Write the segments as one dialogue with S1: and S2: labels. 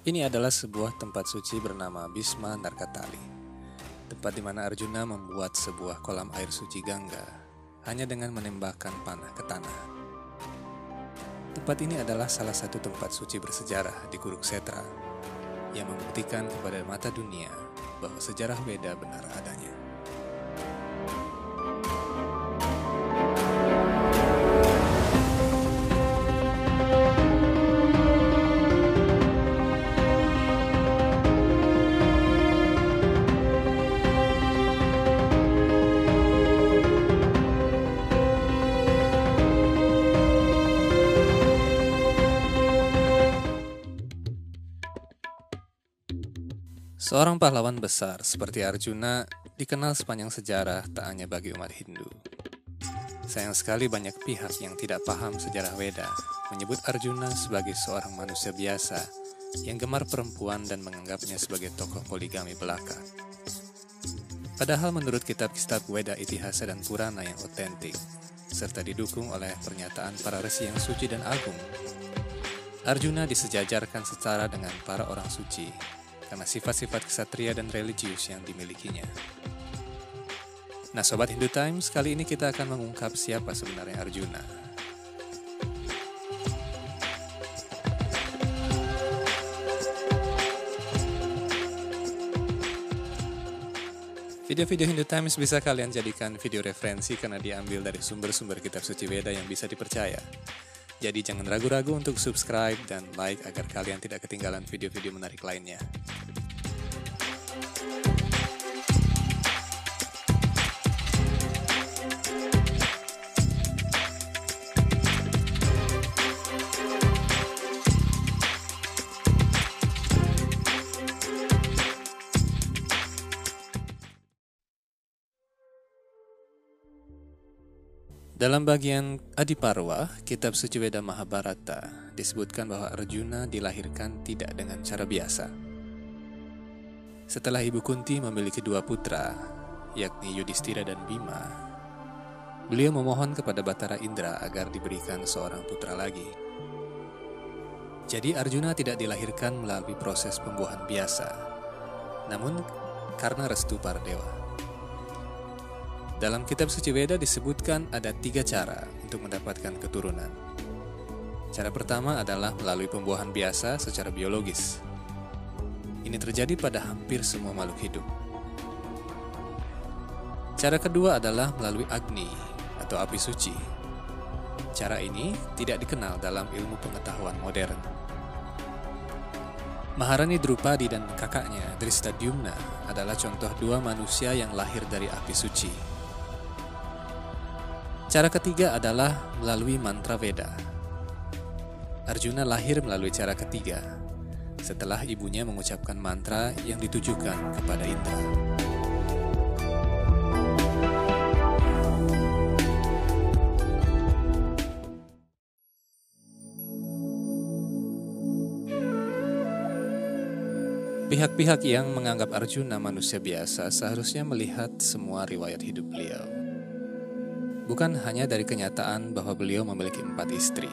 S1: Ini adalah sebuah tempat suci bernama Bhisma Narkatali. Tempat di mana Arjuna membuat sebuah kolam air suci Gangga hanya dengan menembakkan panah ke tanah. Tempat ini adalah salah satu tempat suci bersejarah di Kurukshetra yang membuktikan kepada mata dunia bahwa sejarah Weda benar adanya. Seorang pahlawan besar seperti Arjuna dikenal sepanjang sejarah tak hanya bagi umat Hindu. Sayang sekali banyak pihak yang tidak paham sejarah Weda menyebut Arjuna sebagai seorang manusia biasa yang gemar perempuan dan menganggapnya sebagai tokoh poligami belaka. Padahal menurut kitab-kitab Weda Itihasa dan Purana yang otentik, serta didukung oleh pernyataan para resi yang suci dan agung, Arjuna disejajarkan secara dengan para orang suci karena sifat-sifat kesatria dan religius yang dimilikinya. Nah Sobat Hindu Times, kali ini kita akan mengungkap siapa sebenarnya Arjuna. Video-video Hindu Times bisa kalian jadikan video referensi karena diambil dari sumber-sumber kitab suci Weda yang bisa dipercaya. Jadi jangan ragu-ragu untuk subscribe dan like agar kalian tidak ketinggalan video-video menarik lainnya. Dalam bagian Adiparwa, kitab suci Weda Mahabharata, disebutkan bahwa Arjuna dilahirkan tidak dengan cara biasa. Setelah Ibu Kunti memiliki dua putra, yakni Yudhistira dan Bima, beliau memohon kepada Batara Indra agar diberikan seorang putra lagi. Jadi Arjuna tidak dilahirkan melalui proses pembuahan biasa, namun karena restu para dewa. Dalam kitab suci Weda disebutkan ada 3 cara untuk mendapatkan keturunan. Cara pertama adalah melalui pembuahan biasa secara biologis. Ini terjadi pada hampir semua makhluk hidup. Cara kedua adalah melalui Agni atau api suci. Cara ini tidak dikenal dalam ilmu pengetahuan modern. Maharani Drupadi dan kakaknya Drishtadyumna adalah contoh 2 manusia yang lahir dari api suci. Cara ketiga adalah melalui mantra Weda. Arjuna lahir melalui cara ketiga, setelah ibunya mengucapkan mantra yang ditujukan kepada Indra. Pihak-pihak yang menganggap Arjuna manusia biasa seharusnya melihat semua riwayat hidup beliau. Bukan hanya dari kenyataan bahwa beliau memiliki 4 istri.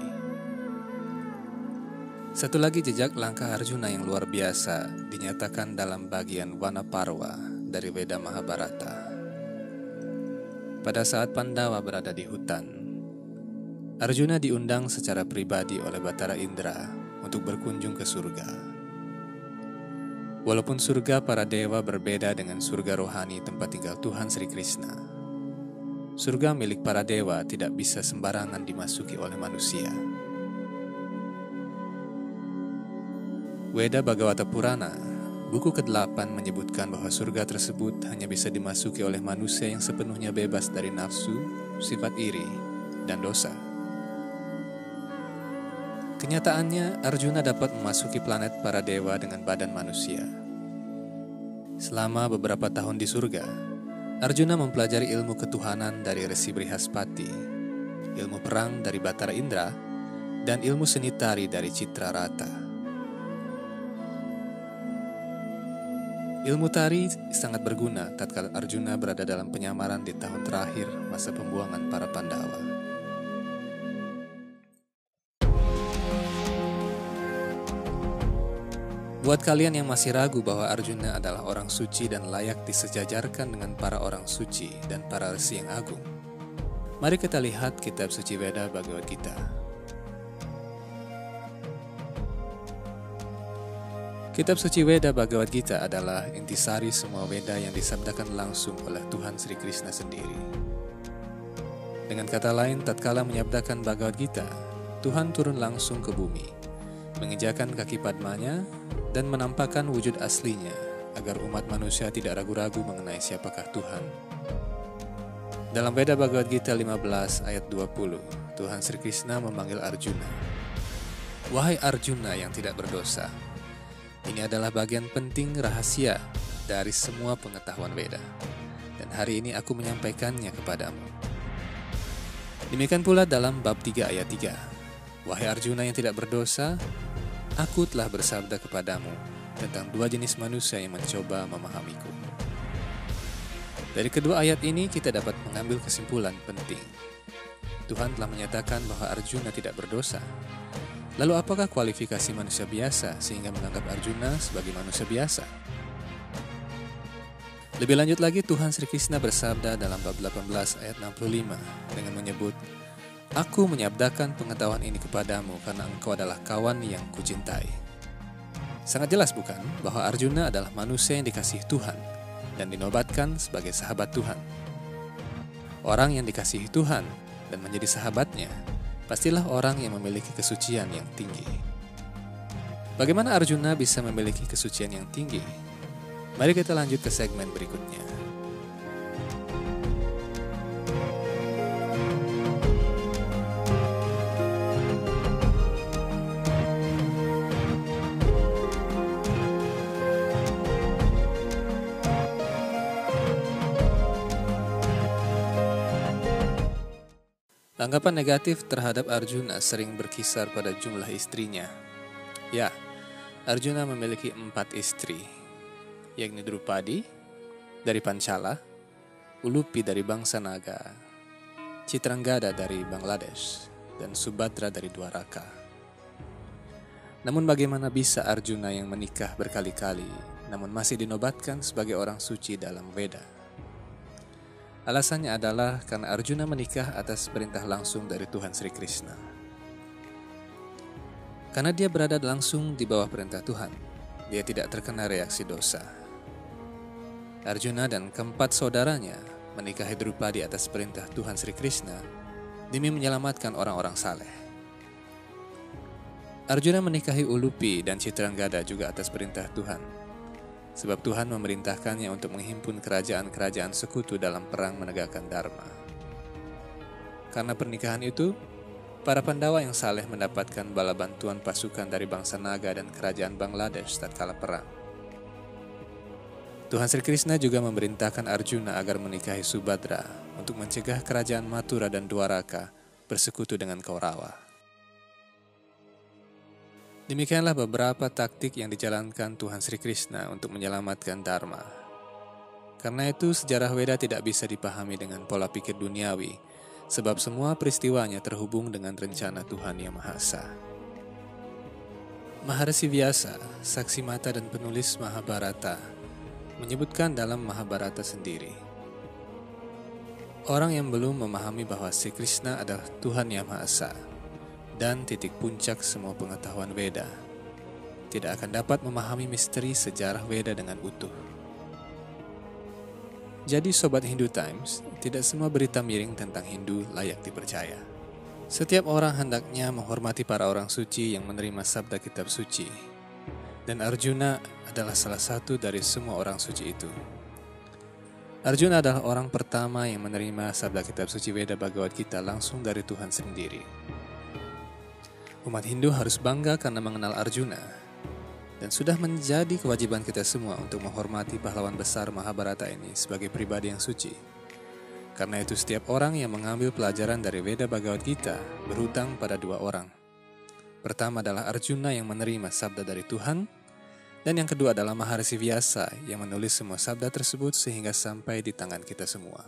S1: Satu lagi jejak langkah Arjuna yang luar biasa dinyatakan dalam bagian Vanaparwa dari Weda Mahabharata. Pada saat Pandawa berada di hutan, Arjuna diundang secara pribadi oleh Batara Indra untuk berkunjung ke surga. Walaupun surga para dewa berbeda dengan surga rohani tempat tinggal Tuhan Sri Krishna, surga milik para dewa tidak bisa sembarangan dimasuki oleh manusia. Weda Bhagavata Purana, buku ke-8 menyebutkan bahwa surga tersebut hanya bisa dimasuki oleh manusia yang sepenuhnya bebas dari nafsu, sifat iri, dan dosa. Kenyataannya, Arjuna dapat memasuki planet para dewa dengan badan manusia. Selama beberapa tahun di surga, Arjuna mempelajari ilmu ketuhanan dari Resi Brihaspati, ilmu perang dari Batara Indra, dan ilmu seni tari dari Citrarata. Ilmu tari sangat berguna tatkala Arjuna berada dalam penyamaran di tahun terakhir masa pembuangan para Pandawa. Buat kalian yang masih ragu bahwa Arjuna adalah orang suci dan layak disejajarkan dengan para orang suci dan para resi yang agung, mari kita lihat kitab suci Veda Bhagavad Gita. Kitab suci Veda Bhagavad Gita adalah intisari semua Veda yang disabdakan langsung oleh Tuhan Sri Krishna sendiri. Dengan kata lain, tatkala menyabdakan Bhagavad Gita, Tuhan turun langsung ke bumi, menginjakan kaki Padmanya, dan menampakkan wujud aslinya agar umat manusia tidak ragu-ragu mengenai siapakah Tuhan. Dalam Veda Bhagavad Gita 15 ayat 20, Tuhan Sri Krishna memanggil Arjuna. Wahai Arjuna yang tidak berdosa, ini adalah bagian penting rahasia dari semua pengetahuan Veda, dan hari ini aku menyampaikannya kepadamu. Demikian pula dalam bab 3 ayat 3, wahai Arjuna yang tidak berdosa, aku telah bersabda kepadamu tentang dua jenis manusia yang mencoba memahamiku. Dari kedua ayat ini kita dapat mengambil kesimpulan penting. Tuhan telah menyatakan bahwa Arjuna tidak berdosa. Lalu apakah kualifikasi manusia biasa sehingga menganggap Arjuna sebagai manusia biasa? Lebih lanjut lagi, Tuhan Sri Krishna bersabda dalam bab 18 ayat 65 dengan menyebut, aku menyabdakan pengetahuan ini kepadamu karena engkau adalah kawan yang kucintai. Sangat jelas bukan bahwa Arjuna adalah manusia yang dikasihi Tuhan dan dinobatkan sebagai sahabat Tuhan. Orang yang dikasihi Tuhan dan menjadi sahabatnya pastilah orang yang memiliki kesucian yang tinggi. Bagaimana Arjuna bisa memiliki kesucian yang tinggi? Mari kita lanjut ke segmen berikutnya. Tanggapan negatif terhadap Arjuna sering berkisar pada jumlah istrinya. Ya, Arjuna memiliki 4 istri, yakni Drupadi dari Panchala, Ulupi dari bangsa Naga, Chitranggada dari Bangladesh, dan Subhadra dari Dwaraka. Namun bagaimana bisa Arjuna yang menikah berkali-kali, namun masih dinobatkan sebagai orang suci dalam Veda? Alasannya adalah karena Arjuna menikah atas perintah langsung dari Tuhan Sri Krishna. Karena dia berada langsung di bawah perintah Tuhan, dia tidak terkena reaksi dosa. Arjuna dan keempat saudaranya menikahi Drupadi atas perintah Tuhan Sri Krishna demi menyelamatkan orang-orang saleh. Arjuna menikahi Ulupi dan Chitranggada juga atas perintah Tuhan, sebab Tuhan memerintahkannya untuk menghimpun kerajaan-kerajaan sekutu dalam perang menegakkan Dharma. Karena pernikahan itu, para Pandawa yang saleh mendapatkan bala bantuan pasukan dari bangsa Naga dan kerajaan Bangladesh tatkala perang. Tuhan Sri Krishna juga memerintahkan Arjuna agar menikahi Subhadra untuk mencegah kerajaan Mathura dan Dwaraka bersekutu dengan Kaurawa. Demikianlah beberapa taktik yang dijalankan Tuhan Sri Krishna untuk menyelamatkan Dharma. Karena itu sejarah Veda tidak bisa dipahami dengan pola pikir duniawi, sebab semua peristiwanya terhubung dengan rencana Tuhan Yang Maha Esa. Maharshi Vyasa, saksi mata dan penulis Mahabharata, menyebutkan dalam Mahabharata sendiri, orang yang belum memahami bahwa Sri Krishna adalah Tuhan Yang Maha Esa dan titik puncak semua pengetahuan Veda, tidak akan dapat memahami misteri sejarah Veda dengan utuh. Jadi Sobat Hindu Times, tidak semua berita miring tentang Hindu layak dipercaya. Setiap orang hendaknya menghormati para orang suci yang menerima sabda kitab suci, dan Arjuna adalah salah satu dari semua orang suci itu. Arjuna adalah orang pertama yang menerima sabda kitab suci Veda Bhagavad Gita langsung dari Tuhan sendiri. Umat Hindu harus bangga karena mengenal Arjuna, dan sudah menjadi kewajiban kita semua untuk menghormati pahlawan besar Mahabharata ini sebagai pribadi yang suci. Karena itu setiap orang yang mengambil pelajaran dari Veda Bhagavad Gita berhutang pada 2 orang. Pertama adalah Arjuna yang menerima sabda dari Tuhan, dan yang kedua adalah Maharshi Vyasa yang menulis semua sabda tersebut sehingga sampai di tangan kita semua.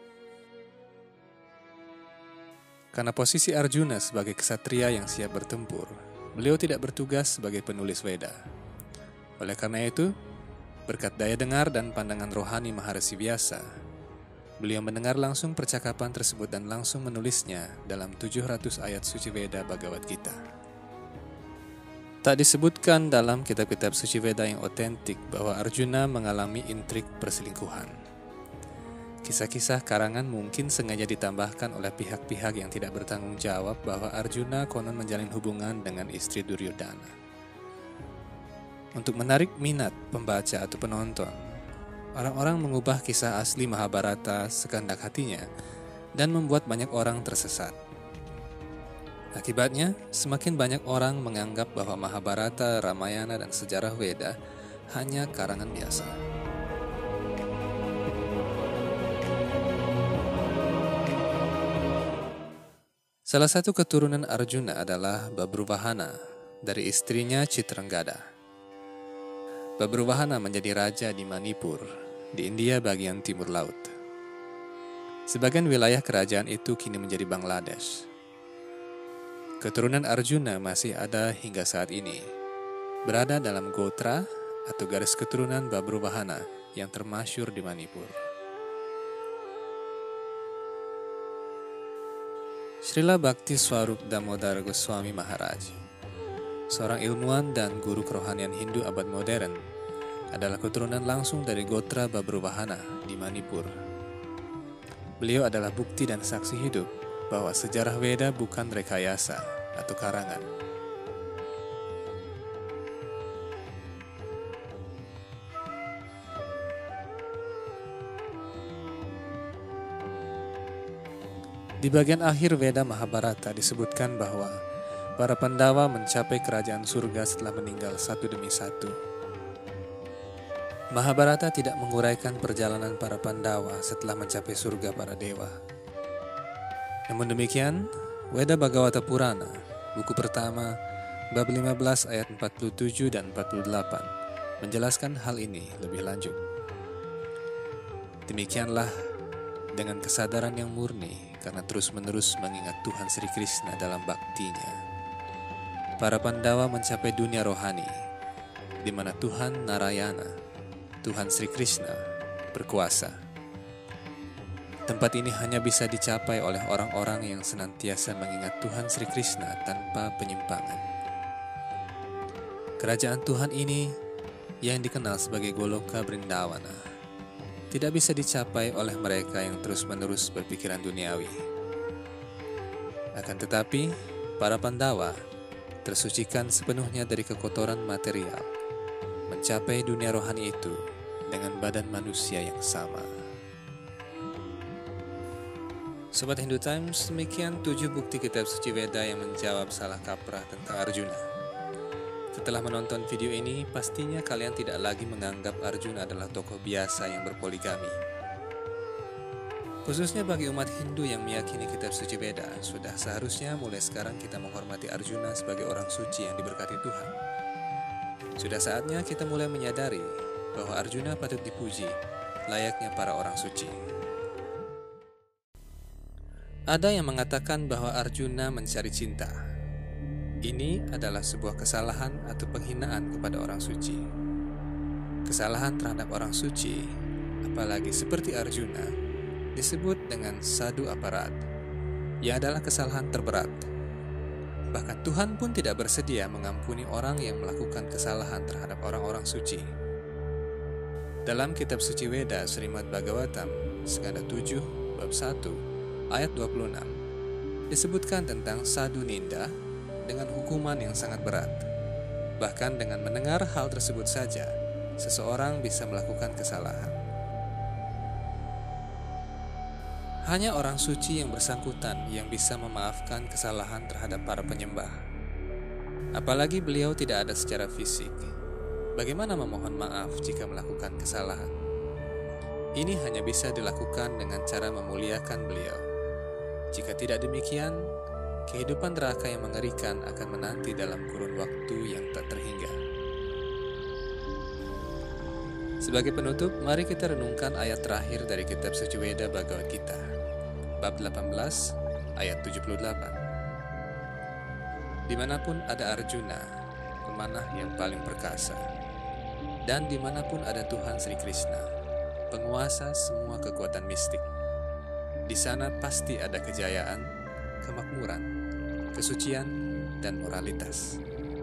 S1: Karena posisi Arjuna sebagai ksatria yang siap bertempur, beliau tidak bertugas sebagai penulis Veda. Oleh karena itu, berkat daya dengar dan pandangan rohani Maharesi Vyasa, beliau mendengar langsung percakapan tersebut dan langsung menulisnya dalam 700 ayat suci Veda Bhagavad Gita. Tak disebutkan dalam kitab-kitab suci Veda yang otentik bahwa Arjuna mengalami intrik perselingkuhan. Kisah-kisah karangan mungkin sengaja ditambahkan oleh pihak-pihak yang tidak bertanggung jawab bahwa Arjuna konon menjalin hubungan dengan istri Duryodhana. Untuk menarik minat pembaca atau penonton, orang-orang mengubah kisah asli Mahabharata sekehendak hatinya dan membuat banyak orang tersesat. Akibatnya, semakin banyak orang menganggap bahwa Mahabharata, Ramayana, dan sejarah Veda hanya karangan biasa. Salah satu keturunan Arjuna adalah Babruvahana dari istrinya Chitrangada. Babruvahana menjadi raja di Manipur, di India bagian timur laut. Sebagian wilayah kerajaan itu kini menjadi Bangladesh. Keturunan Arjuna masih ada hingga saat ini, berada dalam gotra atau garis keturunan Babruvahana yang termasyhur di Manipur. Srila Bhakti Swarup Damodar Goswami Maharaj, seorang ilmuwan dan guru kerohanian Hindu abad modern, adalah keturunan langsung dari gotra Babruvahana di Manipur. Beliau adalah bukti dan saksi hidup bahwa sejarah Veda bukan rekayasa atau karangan. Di bagian akhir Veda Mahabharata disebutkan bahwa para Pandawa mencapai kerajaan surga setelah meninggal satu demi satu. Mahabharata tidak menguraikan perjalanan para Pandawa setelah mencapai surga para dewa. Namun demikian, Veda Bhagavata Purana, buku pertama, bab 15 ayat 47 dan 48, menjelaskan hal ini lebih lanjut. Demikianlah, dengan kesadaran yang murni karena terus-menerus mengingat Tuhan Sri Krishna dalam baktinya, para Pandawa mencapai dunia rohani, di mana Tuhan Narayana, Tuhan Sri Krishna, berkuasa. Tempat ini hanya bisa dicapai oleh orang-orang yang senantiasa mengingat Tuhan Sri Krishna tanpa penyimpangan. Kerajaan Tuhan ini, yang dikenal sebagai Goloka Brindawana, tidak bisa dicapai oleh mereka yang terus-menerus berpikiran duniawi. Akan tetapi, para Pandawa tersucikan sepenuhnya dari kekotoran material, mencapai dunia rohani itu dengan badan manusia yang sama. Sobat Hindu Times, demikian 7 bukti kitab suci Veda yang menjawab salah kaprah tentang Arjuna. Setelah menonton video ini, pastinya kalian tidak lagi menganggap Arjuna adalah tokoh biasa yang berpoligami. Khususnya bagi umat Hindu yang meyakini kitab suci Veda, sudah seharusnya mulai sekarang kita menghormati Arjuna sebagai orang suci yang diberkati Tuhan. Sudah saatnya kita mulai menyadari bahwa Arjuna patut dipuji, layaknya para orang suci. Ada yang mengatakan bahwa Arjuna mencari cinta. Ini adalah sebuah kesalahan atau penghinaan kepada orang suci. Kesalahan terhadap orang suci, apalagi seperti Arjuna, disebut dengan sadhu aparad, yang adalah kesalahan terberat. Bahkan Tuhan pun tidak bersedia mengampuni orang yang melakukan kesalahan terhadap orang-orang suci. Dalam kitab suci Veda Srimad Bhagavatam, skanda 7, bab 1, ayat 26, disebutkan tentang sadhu ninda dengan hukuman yang sangat berat. Bahkan dengan mendengar hal tersebut saja, seseorang bisa melakukan kesalahan. Hanya orang suci yang bersangkutan yang bisa memaafkan kesalahan terhadap para penyembah. Apalagi beliau tidak ada secara fisik. Bagaimana memohon maaf jika melakukan kesalahan? Ini hanya bisa dilakukan dengan cara memuliakan beliau. Jika tidak demikian, kehidupan neraka yang mengerikan akan menanti dalam kurun waktu yang tak terhingga. Sebagai penutup, mari kita renungkan ayat terakhir dari kitab suci Veda Bhagavad Gita, bab 18, ayat 78. Dimanapun ada Arjuna, pemanah yang paling perkasa, Dan dimanapun ada Tuhan Sri Krishna, penguasa semua kekuatan mistik, di sana pasti ada kejayaan, kemakmuran, kesucian, dan moralitas.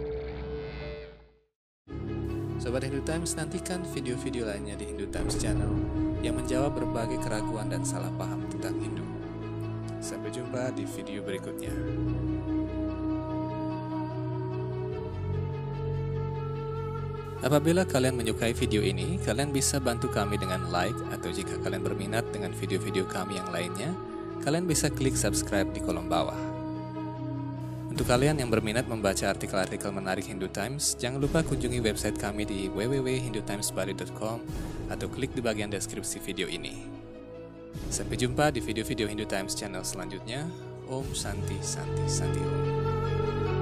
S1: Sobat Hindu Times, nantikan video-video lainnya di Hindu Times Channel yang menjawab berbagai keraguan dan salah paham tentang Hindu. Sampai jumpa di video berikutnya. Apabila kalian menyukai video ini, kalian bisa bantu kami dengan like, atau jika kalian berminat dengan video-video kami yang lainnya, kalian bisa klik subscribe di kolom bawah. Untuk kalian yang berminat membaca artikel-artikel menarik Hindu Times, jangan lupa kunjungi website kami di www.hindutimesbari.com atau klik di bagian deskripsi video ini. Sampai jumpa di video-video Hindu Times channel selanjutnya. Om Santi Santi Santi Om.